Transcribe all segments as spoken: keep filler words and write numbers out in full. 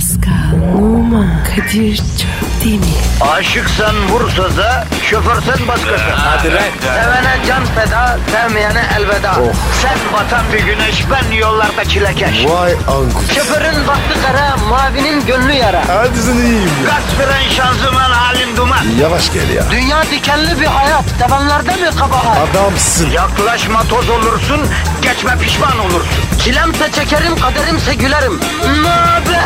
Pascal, Oman, Kadir çok değil mi? Aşıksan vursa da, şoförsen başkasın. Hadi lan. Sevene can feda, sevmeyene elveda. Sen batan bir güneş, ben yollarda çilekeş. Vay anku. Şoförün baktı kara, mavinin gönlü yara. Hadi sen iyiyim ya. Kasperen şanzıman halin duman. Yavaş gel ya. Dünya dikenli bir hayat, sevenlerde mi kabahar? Adamsın. Yaklaşma toz olursun, geçme pişman olursun. Çilemse çekerim, kaderimse gülerim. Möber!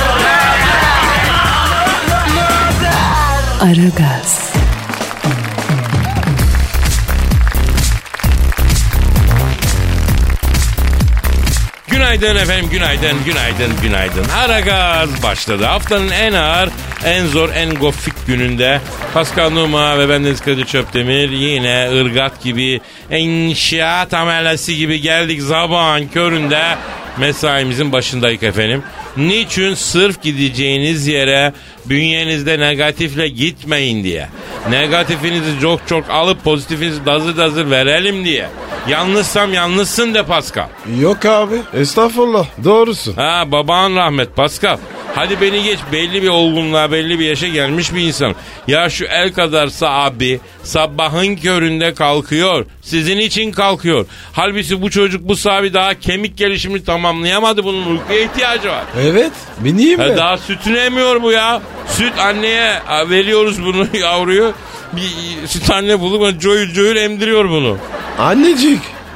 Aragaz. Günaydın efendim, günaydın, günaydın, günaydın. Aragaz başladı. Haftanın en ağır, en zor, en gofik gününde Pascal Numa ve bendeniz Kadir Çöptemir yine ırgat gibi, inşaat amelesi gibi geldik sabahın köründe mesaimizin başındayız efendim. Niçin? Sırf gideceğiniz yere bünyenizde negatifle gitmeyin diye. Negatifinizi çok çok alıp pozitifinizi dazır dazır verelim diye. Yalnızsam yalnızsın de Pascal. Yok abi. Estağfurullah. Doğrusu. Ha, baban rahmet Pascal. Hadi beni geç, belli bir olgunluğa, belli bir yaşa gelmiş bir insan. Ya şu el kadarsa abi sabahın köründe kalkıyor. Sizin için kalkıyor. Halbuki bu çocuk bu sabi daha kemik gelişimini tamamlayamadı. Bunun uykuya ihtiyacı var. Evet. Bineyim Ha, mi? daha sütünü emiyor bu ya. Süt anneye veriyoruz bunu yavruyu. Bir süt anne bulup coyul coyul emdiriyor bunu. Annecik.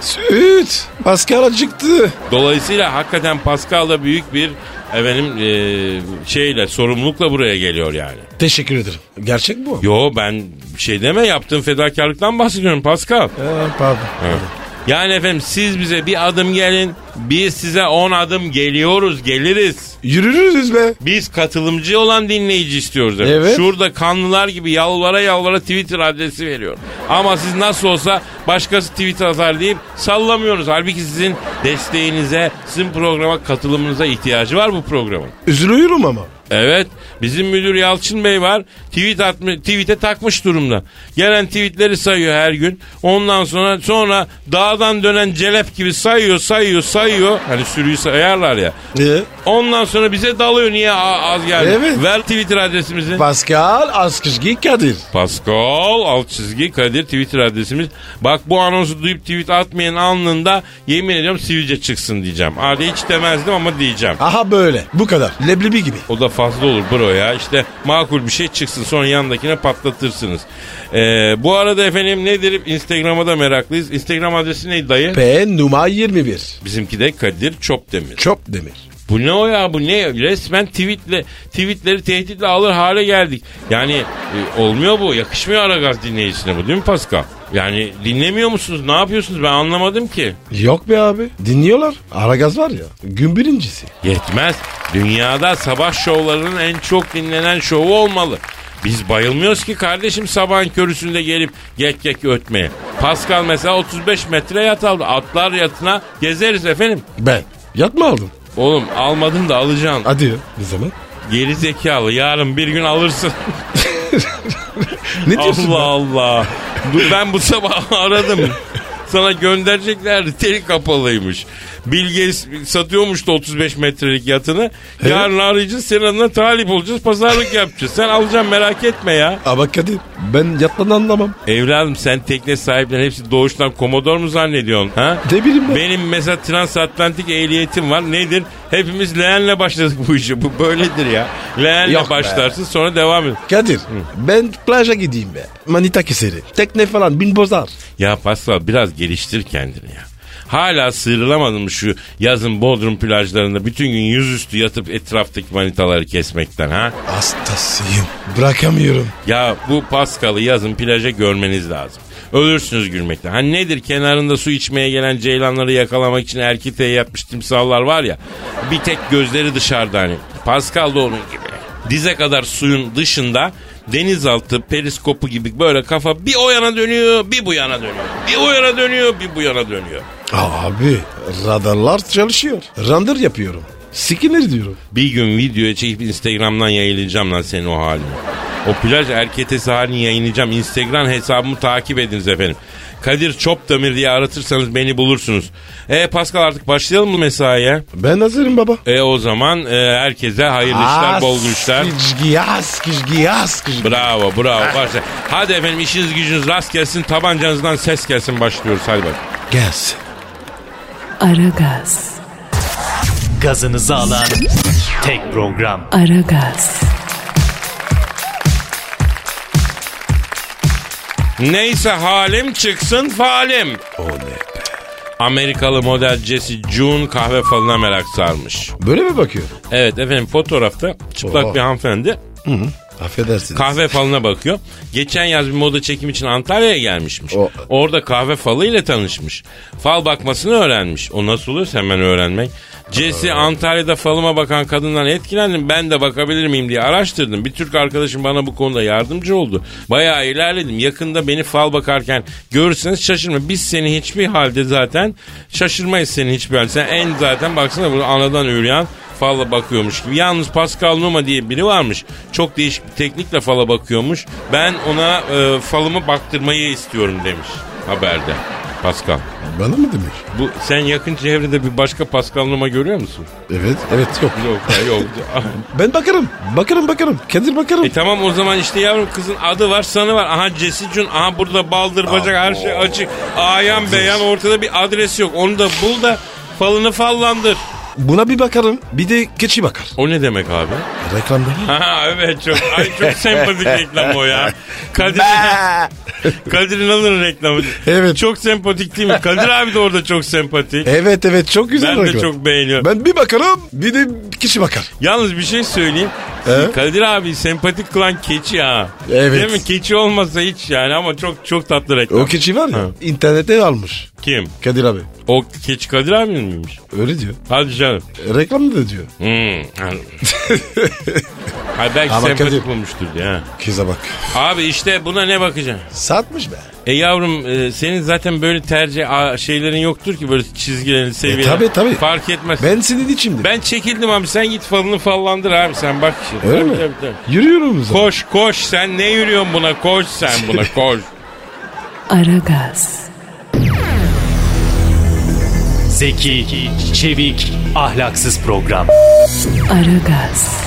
Süt. Pascal acıktı. Dolayısıyla hakikaten Pascal da büyük bir efendim e, şeyle sorumlulukla buraya geliyor yani. Teşekkür ederim. Gerçek bu. Yo, ben bir şey deme, yaptığın fedakarlıktan bahsediyorum Pascal. Ha, pardon. Evet. Yani efendim siz bize bir adım gelin, biz size on adım geliyoruz, geliriz. Yürürüz be. Biz katılımcı olan dinleyici istiyoruz efendim. Evet. Şurada kanlılar gibi yalvara yalvara Twitter adresi veriyor. Ama siz nasıl olsa başkası Twitter atar deyip sallamıyoruz. Halbuki sizin desteğinize, sizin programa katılımınıza ihtiyacı var bu programın. Üzülüyorum ama. Evet, bizim müdür Yalçın Bey var, tweet atmış, tweet'e takmış durumda. Gelen tweetleri sayıyor her gün. Ondan sonra sonra dağdan dönen celep gibi sayıyor sayıyor sayıyor. Hani sürüyü sayarlar ya. Ee? Ondan sonra bize dalıyor, niye az geldi. Evet. Ver Twitter adresimizi. Pascal Askışgi Kadir. Pascal alt çizgi Kadir Twitter adresimiz. Bak, bu anonsu duyup tweet atmayan alnında yemin ediyorum sivilce çıksın diyeceğim. Hadi hiç demezdim ama diyeceğim. Aha böyle. Bu kadar. Leblebi gibi. O da fazla olur bro ya. İşte makul bir şey çıksın, sonra yanındakine patlatırsınız. Ee, bu arada efendim nedir? Instagram'a da meraklıyız. Instagram adresi neydi dayı? P numara yirmi bir. Bizimki de Kadir Çopdemir. Çok demir. Bu ne o ya, bu ne? Resmen tweetle, tweetleri tehditle alır hale geldik. Yani e, olmuyor bu. Yakışmıyor Aragaz dinleyicisine bu, değil mi Pascal? Yani dinlemiyor musunuz? Ne yapıyorsunuz? Ben anlamadım ki. Yok be abi. Dinliyorlar. Aragaz var ya. Gün birincisi. Yetmez. Dünyada sabah şovlarının en çok dinlenen şovu olmalı. Biz bayılmıyoruz ki kardeşim sabahın körüsünde gelip gek gek ötmeye. Pascal mesela otuz beş metre yat aldı. Atlar yatına gezeriz efendim. Ben. Yat mı aldın? Oğlum almadın da alacaksın. Hadi ya. Ne zaman? Geri zekalı, yarın bir gün alırsın. Ne diyorsun? Allah Allah. Dur, ben bu sabah aradım. Sana göndereceklerdi. Teli kapalıymış. Bill Gates satıyormuş da otuz beş metrelik yatını. Evet. Yarın arayacağız. Senin adına talip olacağız. Pazarlık yapacağız. Sen alacaksın, merak etme ya. Ama Kadir, ben yattan anlamam. Evladım, sen tekne sahipleri hepsi doğuştan komodor mu zannediyorsun? Ha? Ne bileyim ben. Benim mesela transatlantik ehliyetim var. Nedir? Hepimiz leğenle başladık bu işi. Bu böyledir ya. Leğenle Yok be. başlarsın, sonra devam et. Kadir, ben plaja gideyim be. Manita keseri. Tekne falan bin bozar. Ya Pascal, biraz geliştir kendini ya. Hala sıyrılamadın mı şu yazın Bodrum plajlarında bütün gün yüzüstü yatıp etraftaki manitaları kesmekten ha? Hastasıyım. Bırakamıyorum. Ya bu Pascal'ı yazın plaja görmeniz lazım. Ölürsünüz gülmekten. Hani nedir, kenarında su içmeye gelen ceylanları yakalamak için erkiteğe yapmış timsahlar var ya. Bir tek gözleri dışarıda hani. Pascal da onun gibi. Dize kadar suyun dışında denizaltı periskopu gibi böyle kafa bir o yana dönüyor, bir bu yana dönüyor. Bir o yana dönüyor, bir bu yana dönüyor. Abi radarlar çalışıyor. Render yapıyorum. Sikinir diyorum. Bir gün videoya çekip Instagram'dan yayınlayacağım lan senin o halini. O plaj erketesi halini yayınlayacağım. Instagram hesabımı takip ediniz efendim. Kadir Çopdemir diye aratırsanız beni bulursunuz. E Pascal artık başlayalım mı mesaiye? Ben hazırım baba. E o zaman e, herkese hayırlı işler, bol güçler. Giyas, giyas, Bravo, bravo. Başla. Hadi efendim işiniz gücünüz rast gelsin, tabancanızdan ses gelsin, başlıyoruz. Hadi bak. Gelsin. Aragaz. Gazınızı alan tek program. Aragaz. Neyse halim çıksın falim. O ne be? Amerikalı model Jesse June kahve falına merak sarmış. Böyle mi bakıyor? Evet efendim, fotoğrafta çıplak Oha. bir hanımefendi Hı hı. Affedersiniz. kahve falına bakıyor. Geçen yaz bir moda çekim için Antalya'ya gelmişmiş. O... Orada kahve falı ile tanışmış. Fal bakmasını öğrenmiş. O nasıl oluyor hemen öğrenmek? Jesse Antalya'da falıma bakan kadından etkilendim. Ben de bakabilir miyim diye araştırdım. Bir Türk arkadaşım bana bu konuda yardımcı oldu. Bayağı ilerledim. Yakında beni fal bakarken görürseniz şaşırma. Biz seni hiçbir halde zaten şaşırmayız seni hiçbir halde. Sen en zaten baksana bunu anadan üreyen falla bakıyormuş gibi. Yalnız Pascal Numa diye biri varmış. Çok değişik bir teknikle fala bakıyormuş. Ben ona e, falımı baktırmayı istiyorum demiş haberde. Pascal. Bana mı demiş? Bu sen yakın çevrede bir başka Pascal Numa görüyor musun? Evet, evet yok. Yok, yok. Ben bakarım, bakarım, bakarım. Kadir bakarım. E tamam o zaman işte yavrum, kızın adı var, sanı var. Aha Jesse June, aha burada baldır bacak, her şey açık. Ayan beyan, ortada bir adres yok. Onu da bul da falını fallandır. Buna bir bakarım. Bir de keçi bakar. O ne demek abi? Reklamda mı? Ha evet, çok ay çok sempatik reklam o ya. Kadir Kadir İnanır'ın reklamı. Evet. Çok sempatik değil mi? Kadir abi de orada çok sempatik. Evet evet, çok güzel Ben reklam. de çok beğeniyorum. Ben bir bakarım, bir de kişi bakar. Yalnız bir şey söyleyeyim. He? Kadir abi sempatik kılan keçi ha. Evet. Değil mi? Keçi olmasa hiç yani, ama çok çok tatlı reklam. O keçi var ya, Ha. internette almış. Kim? Kadir abi. O keçi Kadir abi miymiş? Öyle diyor. Hadi canım. Reklamda da diyor. Hmm. Hayır, belki Ama sempatik Kadir- bulmuştur diye. Ha. Kıza bak. Abi işte buna ne bakacaksın? Satmış be. E yavrum e, senin zaten böyle tercih a, şeylerin yoktur ki, böyle çizgilerin, seviyelerin. E, tabii, tabii. Fark etmez. Ben senin içimde. Ben çekildim abi, sen git falını fallandır abi, sen bak şimdi. Öyle Tabii, mi? tabii, tabii. Yürüyorum zaten. Koş koş, sen ne yürüyorsun buna, koş sen buna koş. Aragaz. Zeki, çevik, ahlaksız program. Aragaz.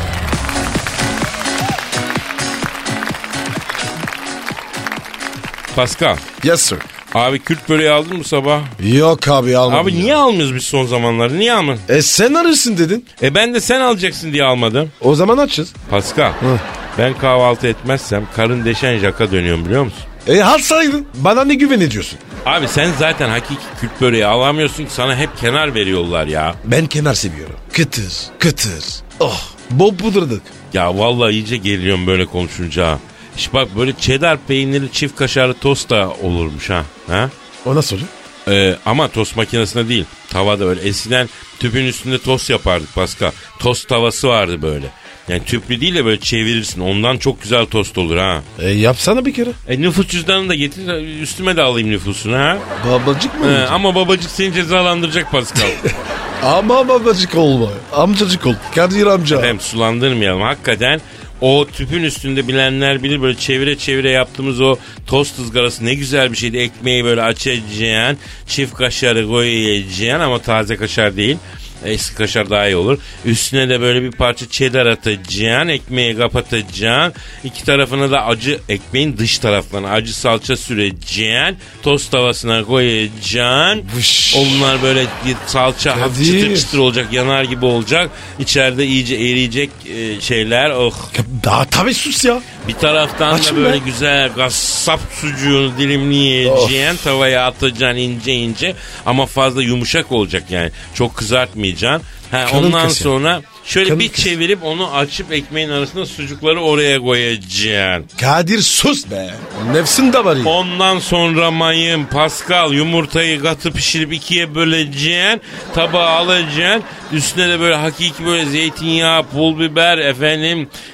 Pascal, Yes sir. abi Kürt böreği aldın mı sabah? Yok abi almadım. Abi ya. niye almıyoruz biz son zamanlarda, niye almadın? E sen arırsın dedin. E ben de sen alacaksın diye almadım. O zaman açız. Pascal, Hı. ben kahvaltı etmezsem karın deşen jaka dönüyorum, biliyor musun? E halsaydın. Bana ne güven ediyorsun? Abi sen zaten hakiki Kürt böreği alamıyorsun ki, sana hep kenar veriyorlar ya. Ben kenar seviyorum. Kıtır, kıtır. Oh, bol pudırdık. Ya vallahi iyice geliyorum böyle konuşunca. İşte bak, böyle cheddar peynirli çift kaşarlı tost da olurmuş ha. ha? O nasıl oluyor? Ee, ama tost makinesinde değil, tavada. Öyle eskiden tüpün üstünde tost yapardık Pascal. Tost tavası vardı böyle. Yani tüplü değil de böyle çevirirsin, ondan çok güzel tost olur ha. E yapsana bir kere. E nüfus cüzdanını da getir, üstüme de alayım nüfusunu ha. Babacık mı? Ee, olacak? ama babacık seni cezalandıracak Pascal. Ama babacık olma. Amcacık ol. Kadir amca. Hem sulandırmayalım hakikaten. O tüpün üstünde bilenler bilir, böyle çevire çevire yaptığımız o tost ızgarası ne güzel bir şeydi. Ekmeği böyle açacaksın, çift kaşarı koyacaksın ama taze kaşar değil. Eski kaşar daha iyi olur. Üstüne de böyle bir parça cheddar atacaksın. Ekmeği kapatacaksın. İki tarafına da acı, ekmeğin dış taraflarına acı salça süreceksin. Tost tavasına koyacaksın. Vış. Onlar böyle salça hafif Kadir. çıtır çıtır olacak. Yanar gibi olacak. İçeride iyice eriyecek e, şeyler. Oh. Daha tabii sus ya. Bir taraftan Açım da böyle be. güzel gassap sucuğunu dilimleyeceksin. Tavaya atacaksın ince ince. Ama fazla yumuşak olacak yani. Çok kızartmayacaksın. Ha, Kanın ondan kası. sonra şöyle Kanın bir kası. çevirip onu açıp ekmeğin arasına sucukları oraya koyacaksın. Kadir sus be. Nefsin de var ya. Ondan sonra mayın, Pascal, yumurtayı katı pişirip ikiye böleceksin. Tabağa alacaksın. Üstüne de böyle hakiki böyle zeytinyağı, pul biber, efendim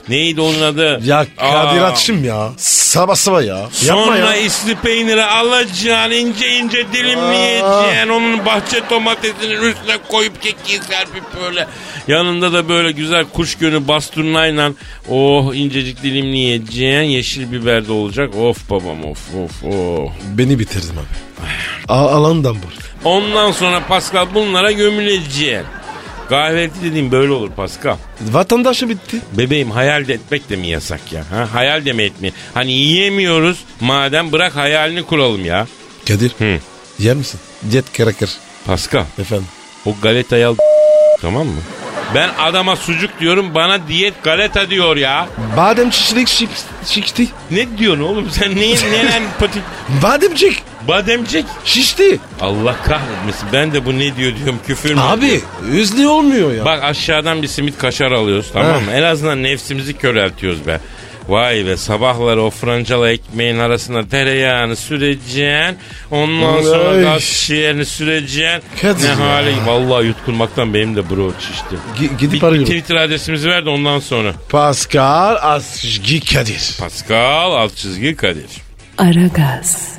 Neydi onun adı? Ya Kadir Aa, açım ya. Sabah sabah ya. Yapma Sonra ya. isli peyniri alacaksın, ince ince dilimleyeceksin. Onun bahçe domatesinin üstüne koyup kekiği serpip böyle. Yanında da böyle güzel kuş gönü basturnayla oh incecik dilimleyeceksin. Yeşil biber de olacak. Of babam of of of. Beni bitirdim abi. A- alandan bu. Ondan sonra Pascal bunlara gömüleceksin. Kahvaltı dediğim böyle olur Pascal. Vatandaşı bitti. Bebeğim hayal de etmek de mi yasak ya? Ha? Hayal de mi etmeyin? Hani yiyemiyoruz madem bırak hayalini kuralım ya. Kadir. Hı. Yer misin? Jet krakır. Pascal Efendim. o galetayı al tamam mı? Ben adama sucuk diyorum bana diyet galeta diyor ya. Badem çiçek şik, şişti. Ne diyorsun oğlum sen neyin neden patik? Bademcik Bademcik. şişti. Allah kahretmesin ben de bu ne diyor diyorum küfür mü? Abi üzlü olmuyor ya. Bak aşağıdan bir simit kaşar alıyoruz tamam mı? En azından nefsimizi köreltiyoruz be. Vay be sabahları o francalı ekmeğin arasına tereyağını süreceksin. Ondan sonra Ay. gaz şişelerini süreceksin. Kadir Ne ya. hale vallahi yutkunmaktan benim de bro şişti. G- gidip Bir arıyorum. Twitter adresimizi ver de ondan sonra. Pascal Asgi Kadir. Pascal alt çizgi Kadir. Aragaz,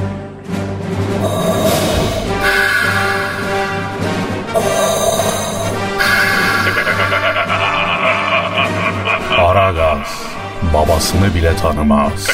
Aragaz babasını bile tanımaz.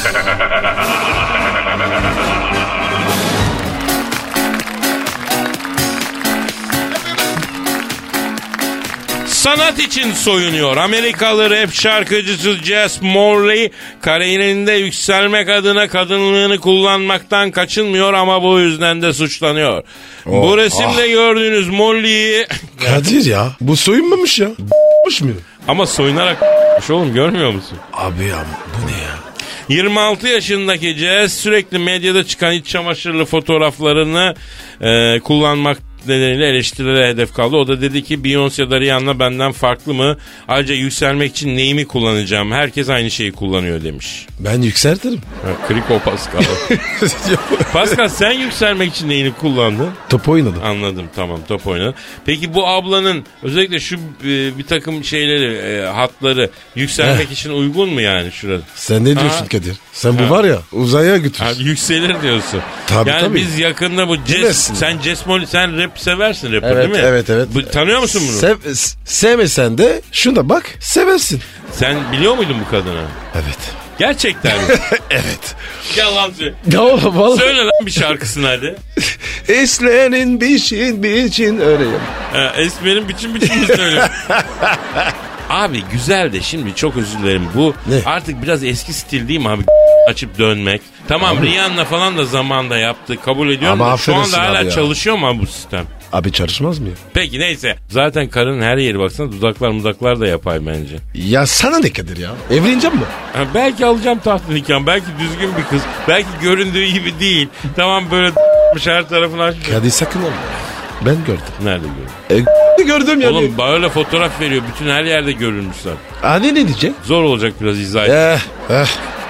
Sanat için soyunuyor. Amerikalı rap şarkıcısı Jess Morley kariyerinde yükselmek adına kadınlığını kullanmaktan kaçınmıyor ama bu yüzden de suçlanıyor. Bu resimde gördüğünüz Morley'i Kadir ya bu soyunmamış ya. B***mış mı? ama soyunarak oğlum görmüyor musun? Abi ya bu ne ya? yirmi altı yaşındaki Jess sürekli medyada çıkan iç çamaşırlı fotoğraflarını e, kullanmak nedeniyle eleştirilere hedef kaldı. O da dedi ki Beyoncé ya da Rihanna benden farklı mı? Ayrıca yükselmek için neyimi kullanacağım? Herkes aynı şeyi kullanıyor demiş. Ben yükseltirim. Ha, Kriko Pascal. Pascal sen yükselmek için neyini kullandın? Top oynadım. Anladım tamam top oynadın. Peki bu ablanın özellikle şu e, bir takım şeyleri e, hatları yükselmek için uygun mu yani şurada? Sen ne diyorsun Ha? Kadir? Sen bu Ha. var ya uzaya götür. Abi yükselir diyorsun. Tabii, yani tabii. biz yakında bu Jess, Bilmesin. sen Jess Molly sen rap seversin rapper Evet, değil mi? evet, evet. Bu, tanıyor musun bunu? Sev, s- sevmesen de şuna bak seversin. Sen biliyor muydun bu kadını? Evet. Gerçekten mi? Evet. Yalan söyle. Ya oğlum valla. Söyle lan bir şarkısını hadi. Eslerin biçin biçin öyle. Ha, Esmer'in biçim biçim mi söylüyor? Abi güzel de şimdi çok özür dilerim. Bu Ne? artık biraz eski stil değil mi abi? Açıp dönmek. Tamam Abi. Rihanna falan da zamanda yaptı. Kabul ediyorum Ama da şu affedersin anda hala abi ya. çalışıyor mu abi bu sistem? Abi çalışmaz mı ya? Peki neyse. Zaten karının her yeri baksana dudaklar mudaklar da yapay bence. Ya sana ne Kadir ya? Evleneceğim mi? Ha, belki alacağım tahtlı nikah. Belki düzgün bir kız. Belki göründüğü gibi değil. Tamam böyle her tarafını açmış. Kadir sakın olma. Ben gördüm. Nerede görüyorsun? E, gördüm yani. Oğlum böyle fotoğraf veriyor. Bütün her yerde görülmüşler. Hadi ne diyecek? Zor olacak biraz izah et. Eh, eh.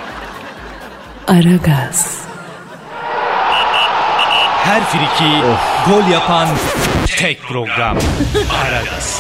Aragaz, Her friki gol yapan tek program. Aragaz.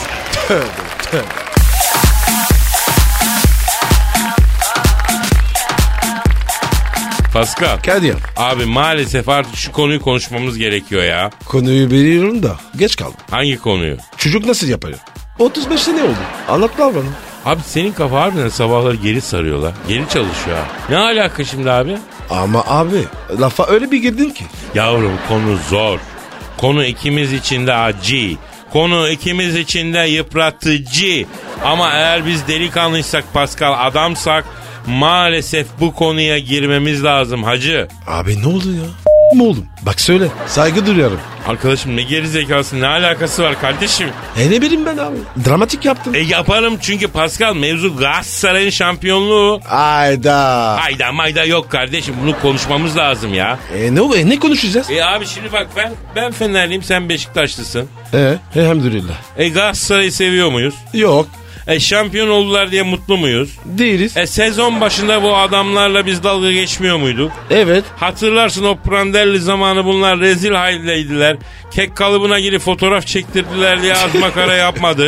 Pascal. Kadir Abi maalesef artık şu konuyu konuşmamız gerekiyor ya. konuyu biliyorum da geç kaldım. Hangi konuyu? Çocuk nasıl yapıyor? otuz beşte ne oldu? Anlatlar bana. Abi senin kafa harbiden sabahları geri sarıyorlar. Geri çalışıyor ha. Ne alaka şimdi abi? Ama abi lafa öyle bir girdin ki. Yavrum konu zor. Konu ikimiz için de acı. Konu ikimiz için de yıpratıcı. Ama eğer biz delikanlıysak Pascal adamsak maalesef bu konuya girmemiz lazım hacı. Abi ne oldu ya? Mi oğlum? Bak söyle. Saygı duyuyorum. Arkadaşım ne geri zekası ne alakası var kardeşim? E ne bileyim ben abi. Dramatik yaptım. E yaparım çünkü Pascal mevzu Galatasaray'ın şampiyonluğu. Ayda. Hayda mayda yok kardeşim bunu konuşmamız lazım ya. E ne oldu? E, ne konuşacağız? E abi şimdi bak ben ben Fenerliyim sen Beşiktaşlısın. E elhamdülillah. E Galatasaray'ı seviyor muyuz? Yok. E şampiyon oldular diye mutlu muyuz? Değiliz. E sezon başında bu adamlarla biz dalga geçmiyor muyduk? Evet. Hatırlarsın o Prandelli zamanı bunlar rezil haldeydiler. Kek kalıbına girip fotoğraf çektirdiler diye az makara yapmadık.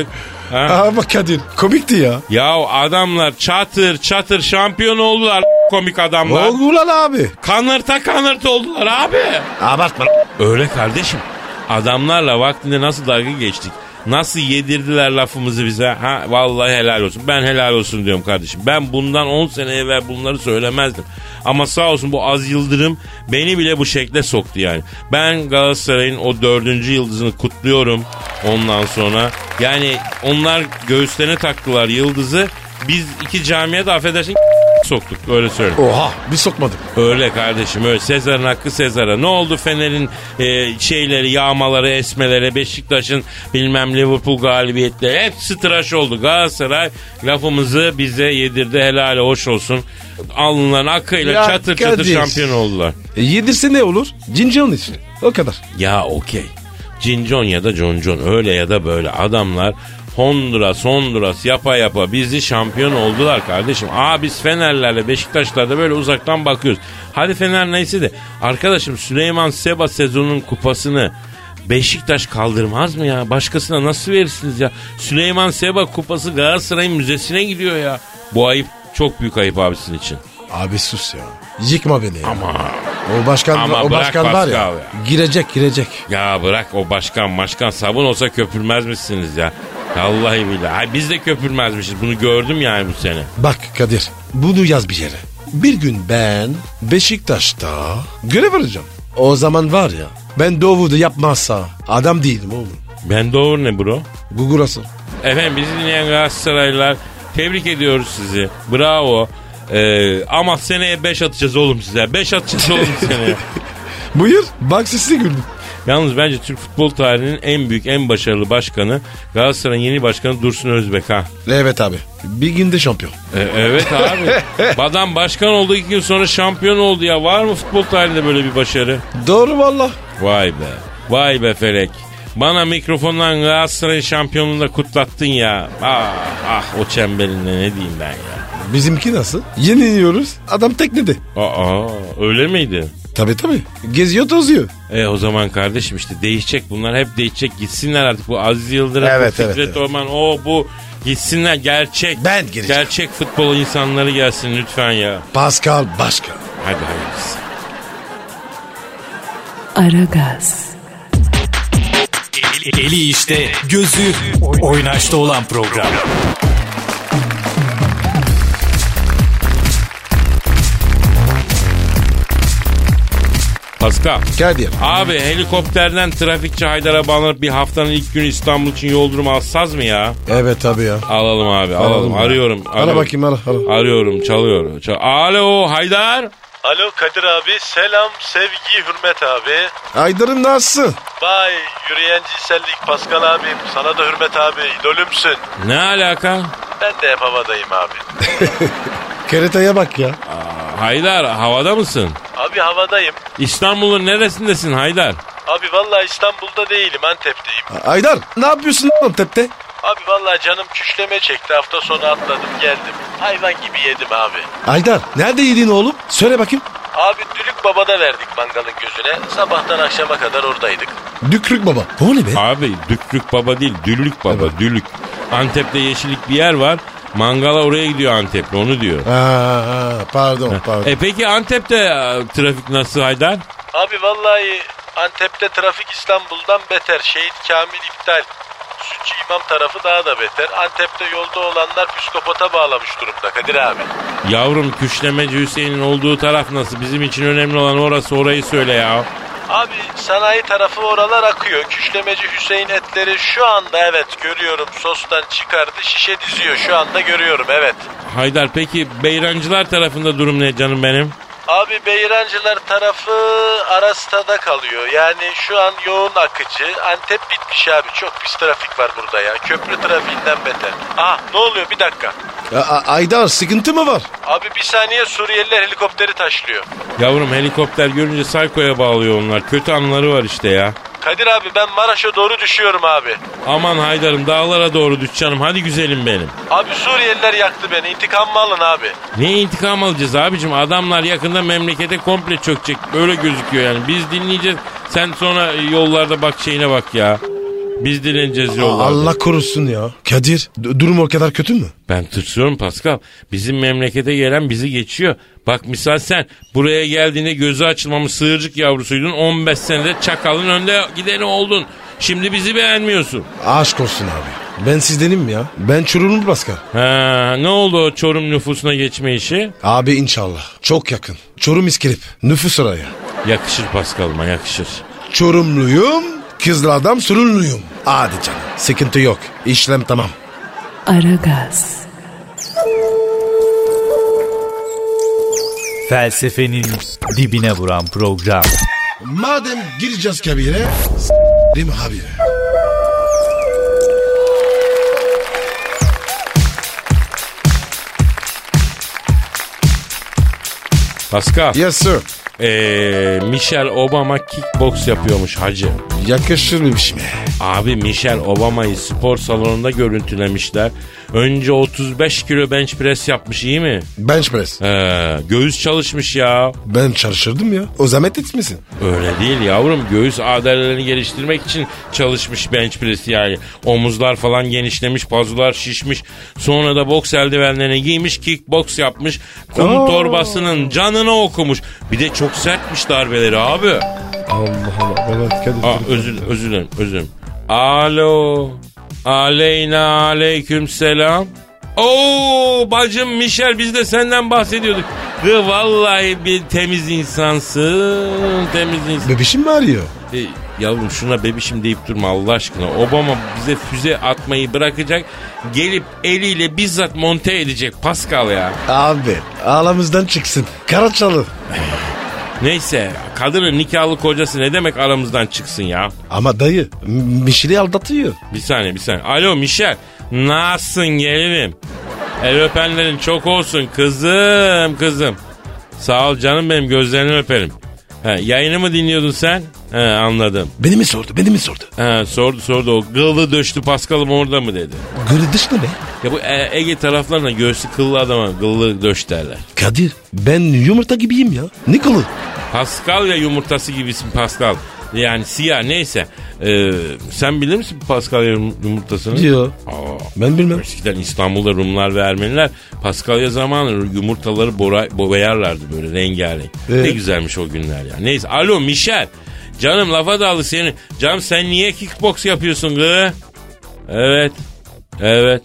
Ha? Ama Kadir komikti ya. Ya adamlar çatır çatır şampiyon oldular komik adamlar. Oldu lan abi. Kanırta kanırta oldular abi. Abartma. Öyle kardeşim. Adamlarla vaktinde nasıl dalga geçtik. Nasıl yedirdiler lafımızı bize. Ha vallahi helal olsun. Ben helal olsun diyorum kardeşim. Ben bundan on sene evvel bunları söylemezdim. Ama sağ olsun bu Az Yıldırım beni bile bu şekle soktu yani. Ben Galatasaray'ın o dördüncü yıldızını kutluyorum ondan sonra. Yani onlar göğüslerine taktılar yıldızı. Biz iki camiye de affedersin soktuk öyle söyleyeyim. Oha bir sokmadık. Öyle kardeşim öyle. Sezar'ın hakkı Sezar'a. Ne oldu Fener'in e, şeyleri, yağmaları, esmeleri, Beşiktaş'ın bilmem Liverpool galibiyetleri hepsi tıraş oldu. Galatasaray lafımızı bize yedirdi, helal hoş olsun. Alnların akıyla Ya çatır Kadir. çatır şampiyon oldular. E, yedirse ne olur? Cincon için. O kadar. Ya okey. Cincon ya da Concon öyle ya da böyle adamlar Honduras Honduras yapa yapa bizi şampiyon oldular kardeşim. Aa biz Fenerlerle Beşiktaşlar'da böyle uzaktan bakıyoruz. Hadi Fener neyse de arkadaşım Süleyman Seba sezonunun kupasını Beşiktaş kaldırmaz mı ya? Başkasına nasıl verirsiniz ya? Süleyman Seba kupası Galatasaray'ın müzesine gidiyor ya. Bu ayıp çok büyük ayıp abisinin için. Abi sus ya. Yıkma beni ya. Ama O başkan, Ama o bırak başkan var ya, Pascal ya. Girecek girecek. ya bırak o başkan başkan sabun olsa köpürmez misiniz ya? Vallahi billahi. Ay biz de köpürmezmişiz. Bunu gördüm yani bu sene. Bak Kadir bunu yaz bir yere. Bir gün ben Beşiktaş'ta görev alacağım. O zaman var ya ben Doğu'da yapmazsa adam değilim oğlum. Ben doğru ne bro? Gugurası. Efendim bizi dinleyen Galatasaraylılar tebrik ediyoruz sizi. Bravo. Ee, ama seneye beş atacağız oğlum size. beş atacağız oğlum seneye. Buyur bak sesli güldüm. Yalnız bence Türk futbol tarihinin en büyük en başarılı başkanı Galatasaray'ın yeni başkanı Dursun Özbek ha. Evet abi bir günde şampiyon. E, evet abi. Adam başkan oldu iki gün sonra şampiyon oldu ya. Var mı futbol tarihinde böyle bir başarı? Doğru valla. Vay be. Vay be Felek. Bana mikrofondan Galatasaray'ın şampiyonluğunu da kutlattın ya. Ah ah o çemberinde ne diyeyim ben ya. Bizimki nasıl? Yeniliyoruz adam teknede. Aa öyle miydi? Tabii tabii geziyor tozuyor. E o zaman kardeşim işte değişecek bunlar hep değişecek gitsinler artık bu Aziz Yıldırım, Evet, bu evet, Fikret evet. Orman o bu gitsinler gerçek. Ben gireceğim. Gerçek futbol insanları gelsin lütfen ya. Pascal başkan. Hadi hayırlısı. Aragaz, Eli, eli işte, gözü oynaşta olan program. Pascal. Kadir. Abi helikopterden trafikçi Haydar'a bağlanıp bir haftanın ilk günü İstanbul için yol durumu alsaz mı ya? Evet tabii ya. Alalım abi alalım. Alalım ya. Arıyorum. Ara arıyorum. bakayım ara. ara. Arıyorum çalıyor. Çal- Alo Haydar. Alo Kadir abi, selam, sevgi, hürmet abi. Aydar'ım nasılsın? Vay yürüyen cinsellik Pascal abim, sana da hürmet abi, idolümsün. Ne alaka? Ben de hep havadayım abi. Keretaya bak ya. Aa, Haydar havada mısın? Abi havadayım. İstanbul'un neresindesin Haydar? Abi vallahi İstanbul'da değilim, Antep'teyim. Aydar ne yapıyorsun lan Antep'te? Abi vallahi canım küşleme çekti, hafta sonu atladım geldim. Hayvan gibi yedim abi. Aydar nerede yedin oğlum? Söyle bakayım. Abi Dülük Baba'da verdik mangalın gözüne. Sabahtan akşama kadar oradaydık. Dükrük baba. O ne be? Abi Düklük Baba değil Dülük Baba Evet. Dülük. Antep'te yeşillik bir yer var. Mangala oraya gidiyor Antep'li onu diyor. Ha, ha, pardon pardon. E peki Antep'te e, trafik nasıl Haydar? Abi vallahi Antep'te trafik İstanbul'dan beter. Şehit Kamil iptal. Sütçü İmam tarafı daha da beter. Antep'te yolda olanlar psikopata bağlamış durumda Kadir abi. Yavrum Küşlemeci Hüseyin'in olduğu taraf nasıl? Bizim için önemli olan orası, orayı söyle ya. Abi sanayi tarafı oralar akıyor. Küşlemeci Hüseyin etleri şu anda evet görüyorum. Sostan çıkardı, şişe diziyor. Şu anda görüyorum, evet. Haydar peki Beyrancılar tarafında durum ne canım benim? Abi Beyrancılar tarafı Arasta'da kalıyor. Yani şu an yoğun akıcı. Antep bitmiş abi. Çok pis trafik var burada ya. Köprü trafiğinden beter. Aha ne oluyor, bir dakika. A- A- Aydar sıkıntı mı var? Abi bir saniye, Suriyeliler helikopteri taşlıyor. Yavrum helikopter görünce Sayko'ya bağlıyor onlar. Kötü anıları var işte ya. Kadir abi ben Maraş'a doğru düşüyorum abi. Aman Haydar'ım dağlara doğru düş canım. Hadi güzelim benim. Abi Suriyeliler yaktı beni. İntikamımı alın abi. Ne intikam alacağız abicim? Adamlar yakında memlekete komple çökecek. Böyle gözüküyor yani. Biz dinleyeceğiz. Sen sonra yollarda bak şeyine bak ya. Biz dileneceğiz yollarda. Allah korusun ya. Kadir d- durum o kadar kötü mü? Ben tırsıyorum Pascal. Bizim memlekete gelen bizi geçiyor. Bak misal sen buraya geldiğinde gözü açılmamış sığırcık yavrusuydun. on beş senede çakalın önde gideni oldun. Şimdi bizi beğenmiyorsun. Aşk olsun abi. Ben sizdenim mi ya? Ben Çorumlu Pascal. Ha, ne oldu o Çorum nüfusuna geçme işi? Abi inşallah. Çok yakın. Çorum İskilip. Nüfus oraya. Yakışır Pascal'ıma yakışır. Çorumluyum. Kızlı adam sorunluyum. Hadi canım. Sıkıntı yok. İşlem tamam. Aragaz. Felsefenin dibine vuran program. Madem gireceğiz kabire, s***rim habire. Pascal. Yes sir. Ee, Michelle Obama kickbox yapıyormuş hacı. Yakışır mı bir şey mi? Abi Michelle Obama'yı spor salonunda görüntülemişler. Önce otuz beş kilo bench press yapmış, iyi mi? Bench press. Ee, göğüs çalışmış ya. Ben çalışırdım ya. O zahmet etmesin. Öyle değil yavrum. Göğüs adalelerini geliştirmek için çalışmış bench press yani. Omuzlar falan genişlemiş, pazular şişmiş. Sonra da boks eldivenlerini giymiş, kickbox yapmış. Kum Aa. torbasının canını okumuş. Bir de çok sertmiş darbeleri abi. Allah Allah. Evet Kadir. Aa, özür, özür dilerim, özür dilerim. Alo. Aleyna aleyküm selam. Oo bacım Michel, biz de senden bahsediyorduk. Kı vallahi bir temiz insansın, temiz insan. Bebişim mi arıyor? E, yavrum şuna bebişim deyip durma Allah aşkına. Obama bize füze atmayı bırakacak, gelip eliyle bizzat monte edecek Pascal ya. Abi ağlamızdan çıksın. Karaçalı. Neyse, kadının nikahlı kocası ne demek aramızdan çıksın ya. Ama dayı Mişir'i aldatıyor. Bir saniye bir saniye. Alo Michel, nasılsın gelinim? El öpenlerin çok olsun kızım kızım. Sağ ol canım benim, gözlerini öperim. He, yayını mı dinliyordun sen? He, anladım. Beni mi sordu? Beni mi sordu? He, sordu sordu o kıllı döşlü Paskal'ım orada mı dedi. Gırı dışlı ne? Ya bu e- Ege taraflarına göğsü kıllı adama kıllı döş derler. Kadir ben yumurta gibiyim ya. Ne kılı? Paskalya yumurtası gibisin Pascal. Yani siyah neyse. Ee, sen bilir misin Paskalya yumurtasını? Diyor. Aa, Ben bilmem. eskiden İstanbul'da Rumlar ve Ermeniler Paskalya zamanı yumurtaları bora, boyarlardı böyle rengarenk. Evet. Ne güzelmiş o günler ya. Neyse. Alo Michel. Canım lafa daldı senin. Canım sen niye kickbox yapıyorsun kız? Evet. Evet.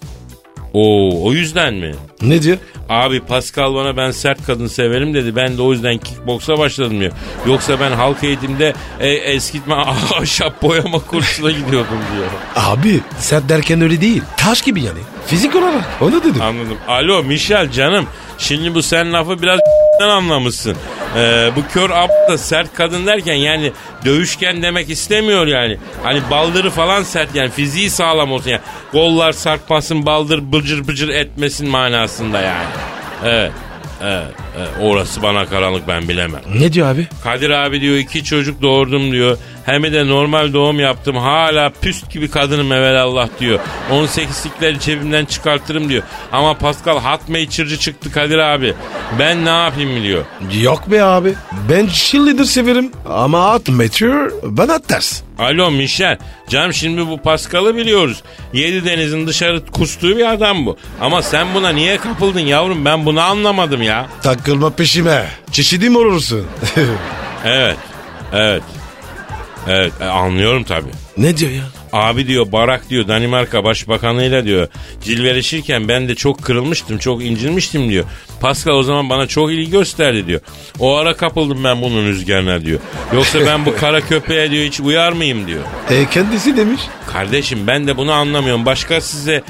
Oo, o yüzden mi? Ne diyor? Abi Pascal bana ben sert kadın severim dedi. Ben de o yüzden kickboksa başladım diyor. Yoksa ben halk eğitimde e, eskitme ahşap boyama kursuna gidiyordum diyor. Abi sert derken öyle değil. Taş gibi yani. Fizik olarak. Onu dedim. Anladım. Alo Michel canım. Şimdi bu sen lafı biraz anlamışsın. Ee, bu kör ab da sert kadın derken yani dövüşken demek istemiyor yani. Hani baldırı falan sert yani fiziği sağlam olsun yani. Kollar sarkmasın, baldır bıcır bıcır etmesin manasında yani. Evet. Evet, evet. Orası bana karanlık, ben bilemem. Ne diyor abi? Kadir abi diyor iki çocuk doğurdum diyor. Hem de normal doğum yaptım. Hala püst gibi kadınım evelallah diyor. on sekizlikleri cebimden çıkartırım diyor. Ama Pascal hot matur'cı çıktı Kadir abi. Ben ne yapayım diyor. Yok be abi. Ben cheerleader severim. Ama at mature bana ters. Alo Michel. Canım şimdi bu Pascal'ı biliyoruz. Yedi denizin dışarı kustuğu bir adam bu. Ama sen buna niye kapıldın yavrum? Ben bunu anlamadım ya. Takılma peşime. Çeşidim olursun. Evet. Evet. Evet e, anlıyorum tabii. Ne diyor ya? Abi diyor Barak diyor Danimarka Başbakanıyla diyor cilveleşirken ben de çok kırılmıştım, çok incinmiştim diyor. Pascal o zaman bana çok ilgi gösterdi diyor. O ara kapıldım ben bunun rüzgarına diyor. Yoksa ben bu kara köpeğe diyor hiç uyar mıyım diyor. E kendisi demiş. Kardeşim ben de bunu anlamıyorum. Başka size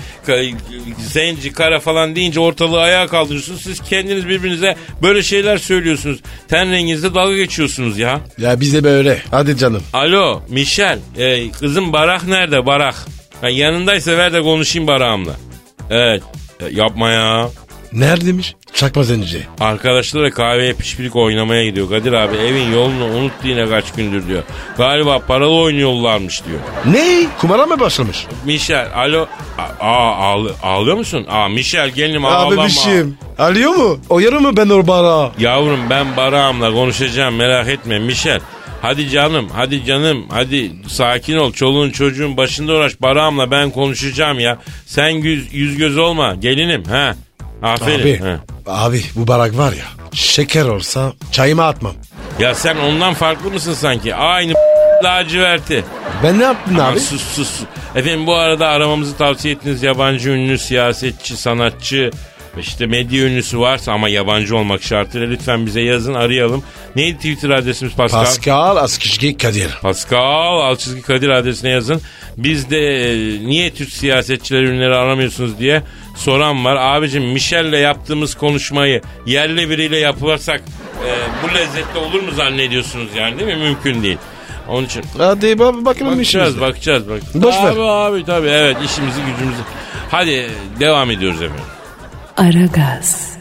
zenci kara falan deyince ortalığı ayağa kaldırıyorsunuz. Siz kendiniz birbirinize böyle şeyler söylüyorsunuz. Ten renginizde dalga geçiyorsunuz ya. Ya bize böyle. Hadi canım. Alo Michel. E, kızım Barak nerede Barak? Ha, yanındaysa ver de konuşayım Barak'ımla. Evet. E, yapma ya. Neredeymiş? Çakma zenci. Arkadaşlarla kahveye pişpirik oynamaya gidiyor. Kadir abi evin yolunu unuttu yine kaç gündür diyor. Galiba paralı oynuyorlarmış diyor. Ne? Kumara mı başlamış? Michel alo. Aa ağlı, ağlıyor musun? Aa Michel gelinim ağlama. Abi bişim. Alıyor mu? Oyarı mı ben o bara? Yavrum ben Barak'ımla konuşacağım merak etme Michel. Hadi canım, hadi canım, hadi sakin ol. Çoluğun çocuğun başında uğraş. Baramla ben konuşacağım ya. Sen yüz, yüz göz olma gelinim. Ha. Aferin. Abi, ha. abi bu barak var ya, şeker olsa çayıma atmam. Ya sen ondan farklı mısın sanki? Aynı laciverti. Ben ne yaptın Ama abi? sus sus. Efendim bu arada aramamızı tavsiye ettiğiniz yabancı ünlü, siyasetçi, sanatçı, işte medya ünlüsü varsa ama yabancı olmak şartıyla lütfen bize yazın, arayalım. Neydi Twitter adresimiz Pascal? Pascal Askışki Kadir. Pascal Alçızgi Kadir adresine yazın. Biz de e, niye Türk siyasetçileri ünlüleri aramıyorsunuz diye soran var. Abicim Michel'le yaptığımız konuşmayı yerli biriyle yapılırsak e, bu lezzetli olur mu zannediyorsunuz yani, değil mi? Mümkün değil. Onun için Hadi bak, bakalım bakacağız, işimize. bakacağız, bakacağız. Boş ver. Abi abi tabii evet, işimizi gücümüzü. Hadi devam ediyoruz efendim. Aragaz,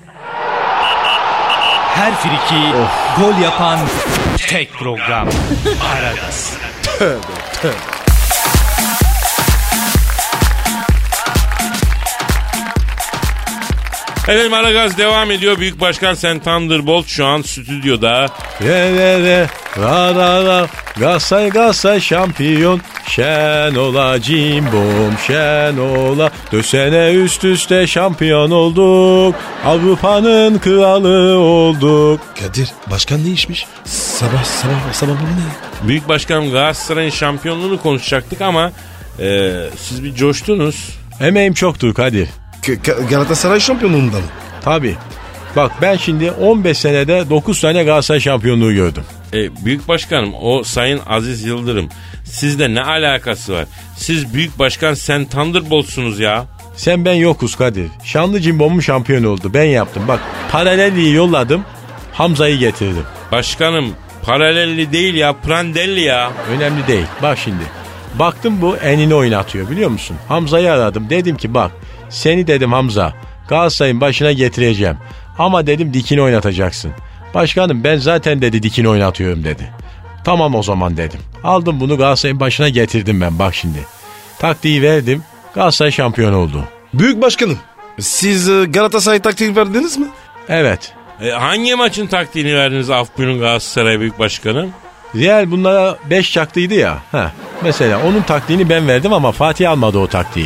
Her friki gol yapan tek program. Aragaz. Efendim Aragaz devam ediyor. Büyük Başkan Sen Thunderbolt şu an stüdyoda. Re re re ra ra ra Galatasaray Galatasaray şampiyon. Şen ola cimbom şen ola. Dört sene üst üste şampiyon olduk. Avrupa'nın kralı olduk. Kadir başkan ne içmiş? Sabah sabah sabah bu ne? Büyük Başkanım Galatasaray'ın şampiyonluğunu konuşacaktık ama e, siz bir coştunuz. Emeğim çoktur Kadir. K- Galatasaray şampiyonluğunda mı? Tabii. Bak ben şimdi on beş senede dokuz tane Galatasaray şampiyonluğu gördüm. E, Büyük Başkanım o Sayın Aziz Yıldırım sizle ne alakası var? Siz Büyük Başkan Sen Thunderbolt'sunuz ya. Sen ben yokuz Kadir. Şanlı cimbomum şampiyon oldu. Ben yaptım. Bak paralelliği yolladım. Hamza'yı getirdim. Başkanım paralelli değil ya, Prandelli ya. Önemli değil. Bak şimdi. Baktım bu enini oynatıyor biliyor musun? Hamza'yı aradım. Dedim ki bak seni dedim Hamza Galatasaray'ın başına getireceğim. Ama dedim dikini oynatacaksın. Başkanım ben zaten dedi dikini oynatıyorum dedi. Tamam o zaman dedim. Aldım bunu Galatasaray'ın başına getirdim ben bak şimdi. Taktiği verdim. Galatasaray şampiyon oldu. Büyük başkanım. Siz Galatasaray taktiği verdiniz mi? Evet. E, hangi maçın taktiğini verdiniz af buyurun Galatasaray Büyük Başkanım? Real bunlara beş çaktıydı ya. Heh. Mesela onun taktiğini ben verdim ama Fatih almadı o taktiği.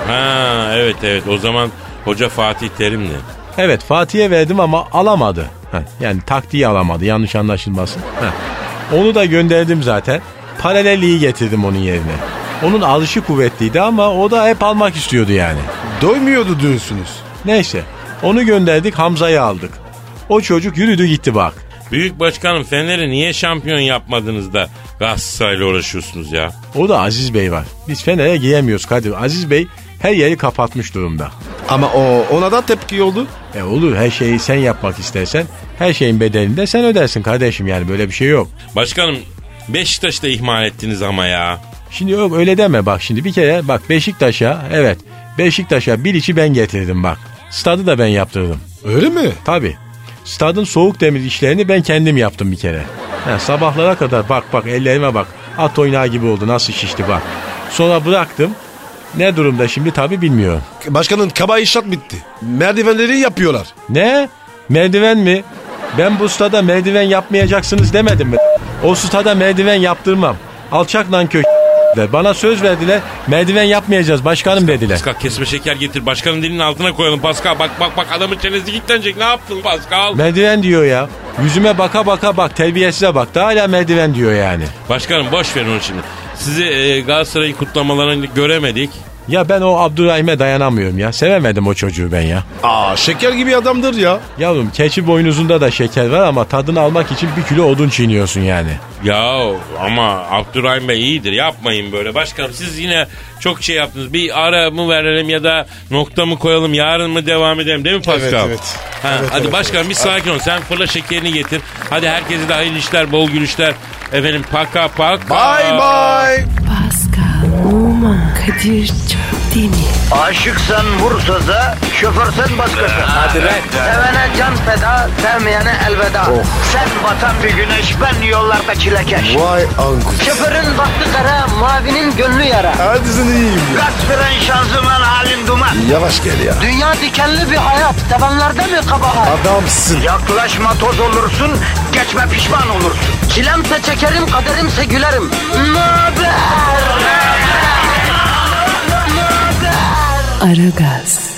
Ha evet evet, o zaman hoca Fatih Terim'di. Evet Fatih'e verdim ama alamadı. Heh. Yani taktiği alamadı yanlış anlaşılmasın. Heh. Onu da gönderdim zaten. Paralelliği getirdim onun yerine. Onun alışı kuvvetliydi ama o da hep almak istiyordu yani. Doymuyordu diyorsunuz. Neyse onu gönderdik Hamza'yı aldık. O çocuk yürüdü gitti bak. Büyük Başkanım Fener'i niye şampiyon yapmadınız da Galatasaray'la uğraşıyorsunuz ya? O da Aziz Bey var. Biz Fener'e giyemiyoruz Kadir. Aziz Bey her yeri kapatmış durumda. Ama o ona da tepki oldu. E olur her şeyi sen yapmak istersen her şeyin bedelini de sen ödersin kardeşim yani böyle bir şey yok. Başkanım Beşiktaş'ı da ihmal ettiniz ama ya. Şimdi yok öyle deme bak şimdi bir kere bak Beşiktaş'a evet Beşiktaş'a bir içi ben getirdim bak. Stadı da ben yaptırdım. Öyle mi? Tabii. Stadın soğuk demir işlerini ben kendim yaptım bir kere. Ha, sabahlara kadar bak bak ellerime bak. At oynağı gibi oldu nasıl şişti bak. Sonra bıraktım. Ne durumda şimdi tabii bilmiyorum. Başkanın kaba inşaat bitti. Merdivenleri yapıyorlar. Ne? Merdiven mi? Ben bu stada merdiven yapmayacaksınız demedim mi? O stada merdiven yaptırmam. Alçak nankör bana söz verdiler. Merdiven yapmayacağız başkanım dediler. Pascal kesme şeker getir. Başkanın dilinin altına koyalım Pascal. Bak bak bak adamın çenesi kilitlenecek. Ne yaptın Pascal? Merdiven diyor ya. Yüzüme baka baka bak terbiyesize bak. Daha hala merdiven diyor yani. Başkanım boş verin onu şimdi. Sizi e, Galatasaray'ın kutlamalarını göremedik. Ya ben o Abdurrahim'e dayanamıyorum ya. Sevemedim o çocuğu ben ya. Aa şeker gibi adamdır ya. Yavrum keçi boynuzunda da şeker var ama tadını almak için bir kilo odun çiğniyorsun yani. Ya ama Abdurrahim Bey iyidir, yapmayın böyle. Başkanım siz yine çok şey yaptınız. Bir ara mı verelim ya da nokta mı koyalım, yarın mı devam edelim değil mi Pascal? Evet evet. Ha, evet hadi evet, başkanım evet. bir sakin ol. Sen fırla şekerini getir. Hadi herkese de hayırlı işler, bol gülüşler. Efendim paka paka. Bye bye. Pascal, Oman, Kadir çok Özdemir. Aşıksan vursa da, şoförsen başkasın. Hadi lan. Sevene can feda, sevmeyene elveda. Sen batan bir güneş, ben yollarda çilekeş. Vay anku. Şoförün baktı kara, mavinin gönlü yara. Hadi sen iyiyim ya. Kasperen şanzıman halin duman. Yavaş gel ya. Dünya dikenli bir hayat, sevenlerde mi kabahar? Adamsın. Yaklaşma toz olursun, geçme pişman olursun. Çilemse çekerim, kaderimse gülerim. Möber! Aragaz.